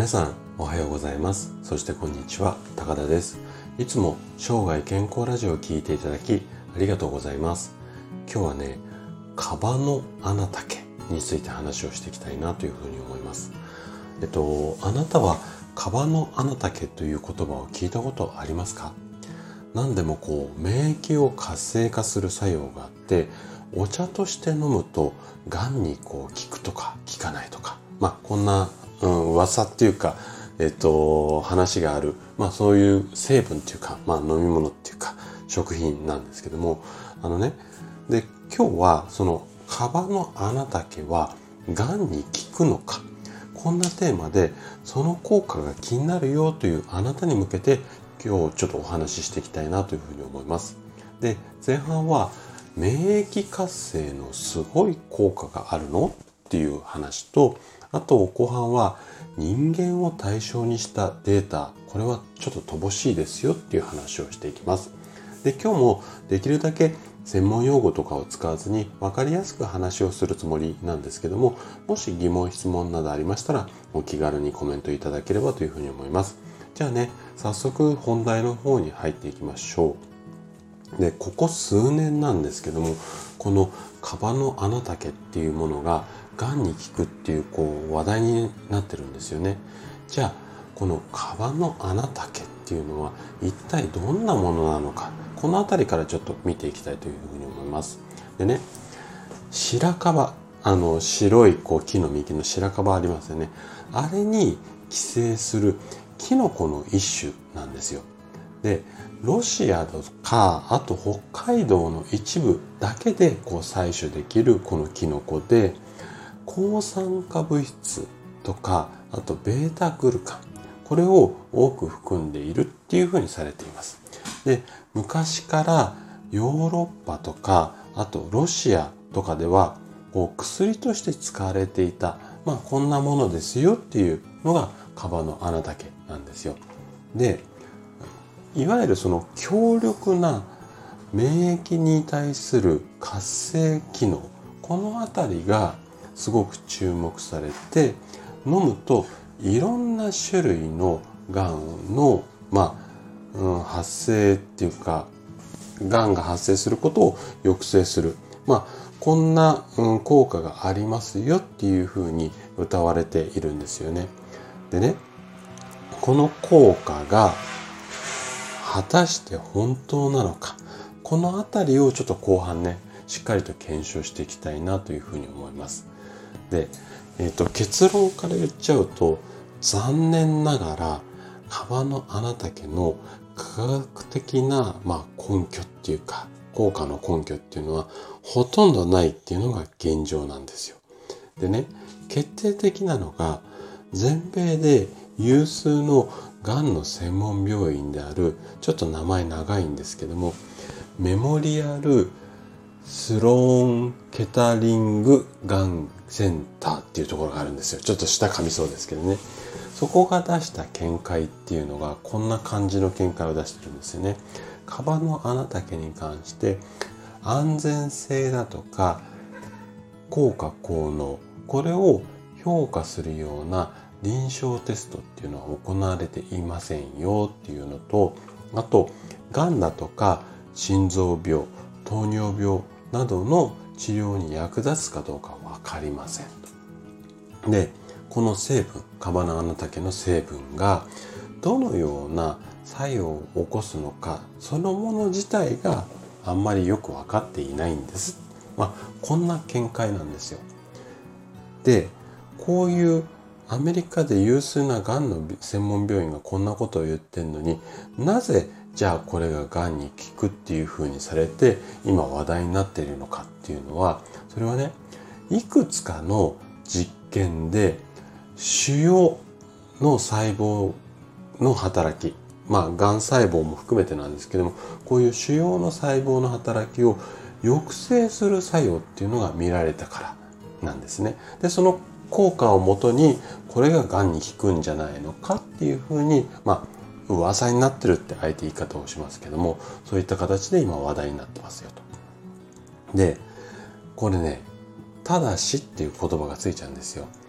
皆さんおはようございます。そしてこんにちは、高田です。いつも生涯健康ラジオを聞いていただきありがとうございます。今日はね、カバの穴丈について話をしていきたいなというふうに思います。あなたはカバの穴丈という言葉を聞いたことありますか？何でも免疫を活性化する作用があって、お茶として飲むと癌に効くとか効かないとか、こんな、噂っていうか、話がある、そういう成分っていうか、飲み物っていうか食品なんですけども、で今日はそのカバの穴丈は癌に効くのか、こんなテーマでその効果が気になるよというあなたに向けて今日ちょっとお話ししていきたいなというふうに思います。で、前半は免疫活性のすごい効果があるのっていう話と、あと後半は人間を対象にしたデータ、これはちょっと乏しいですよっていう話をしていきます。で、今日もできるだけ専門用語とかを使わずに分かりやすく話をするつもりなんですけども、もし疑問質問などありましたらお気軽にコメントいただければというふうに思います。じゃあね、早速本題の方に入っていきましょう。で、ここ数年なんですけども、このカバの穴丈っていうものががんに効くっていう話題になってるんですよね。じゃあこのカバの穴丈っていうのは一体どんなものなのか、このあたりからちょっと見ていきたいというふうに思います。でね、白樺、白い木の幹の白樺ありますよね。あれに寄生するキノコの一種なんですよ。で、ロシアとか、あと北海道の一部だけで採取できるこのキノコで、抗酸化物質とか、あとベータグルカン、これを多く含んでいるっていうふうにされています。で、昔からヨーロッパとか、あとロシアとかでは薬として使われていた、こんなものですよっていうのがカバの穴丈なんですよ。で、いわゆるその強力な免疫に対する活性機能、このあたりがすごく注目されて、飲むといろんな種類のがんの、発生っていうか、がんが発生することを抑制する、こんな、効果がありますよっていうふうに謳われているんですよね。でね、この効果が果たして本当なのか、このあたりをちょっと後半ね、しっかりと検証していきたいなというふうに思います。で、結論から言っちゃうと、残念ながらカバの穴丈の科学的な、根拠っていうか、効果の根拠っていうのはほとんどないっていうのが現状なんですよ。でね、決定的なのが、全米で有数のがんの専門病院である、ちょっと名前長いんですけども、メモリアルスローン・ケタリングがんセンターっていうところがあるんですよ。ちょっと下噛みそうですけどね。そこが出した見解っていうのがこんな感じの見解を出してるんですよね。カバの穴丈に関して安全性だとか効果効能、これを評価するような臨床テストっていうのは行われていませんよっていうのと、あとがんだとか心臓病、糖尿病などの治療に役立つかどうかわかりません。で、この成分、カバの穴丈の成分がどのような作用を起こすのか、そのもの自体があんまりよくわかっていないんです。こんな見解なんですよ。で、こういうアメリカで有数ながんの専門病院がこんなことを言ってんのに、なぜじゃあこれががんに効くっていう風にされて今話題になっているのかっていうのは、それはね、いくつかの実験で腫瘍の細胞の働き、がん細胞も含めてなんですけども、こういう腫瘍の細胞の働きを抑制する作用っていうのが見られたからなんですね。で、その効果をもとにこれががんに効くんじゃないのかっていうふうに、噂になってるってあえて言い方をしますけども、そういった形で今話題になってますよと。で、これね、ただしっていう言葉がついちゃうんですよ。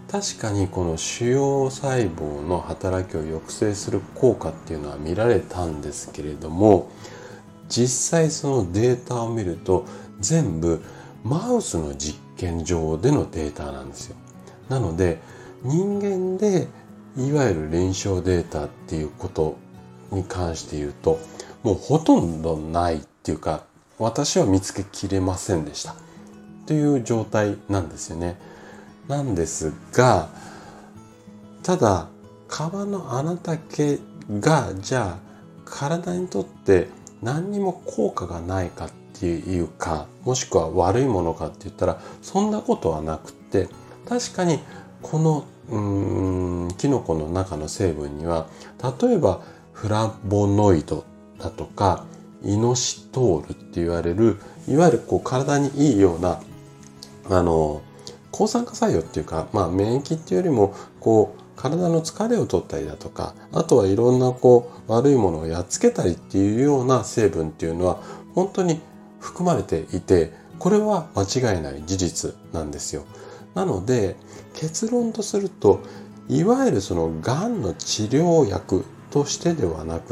確かにこの腫瘍細胞の働きを抑制する効果っていうのは見られたんですけれども、実際そのデータを見ると全部マウスの実験上でのデータなんですよ。なので人間でいわゆる臨床データっていうことに関して言うともうほとんどないっていうか、私は見つけきれませんでしたという状態なんですよね。なんですが、ただカバの穴だけがじゃあ体にとって何にも効果がないかっていうか、もしくは悪いものかって言ったらそんなことはなくって、確かにこのキノコの中の成分には例えばフラボノイドだとかイノシトールって言われる、いわゆるこう体にいいような抗酸化作用っていうか、免疫っていうよりもこう体の疲れを取ったりだとか、あとはいろんなこう悪いものをやっつけたりっていうような成分っていうのは本当に含まれていて、これは間違いない事実なんですよ。なので結論とすると、いわゆるそのがんの治療薬としてではなくって、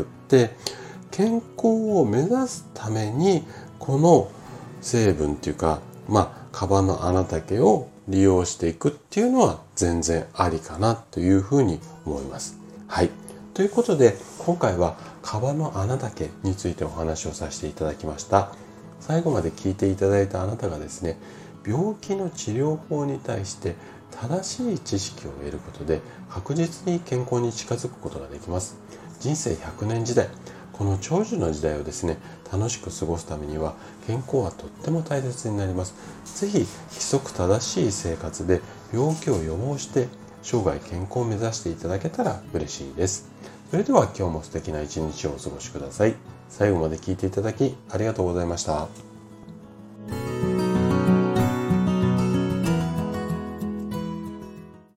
健康を目指すためにこの成分っていうか、カバの穴だけを利用していくっていうのは全然ありかなというふうに思います。はい。ということで今回はカバの穴だけについてお話をさせていただきました。最後まで聞いていただいたあなたがですね、病気の治療法に対して正しい知識を得ることで確実に健康に近づくことができます。人生100年時代、この長寿の時代をですね、楽しく過ごすためには健康はとっても大切になります。ぜひ規則正しい生活で病気を予防して生涯健康を目指していただけたら嬉しいです。それでは今日も素敵な一日をお過ごしください。最後まで聞いていただきありがとうございました。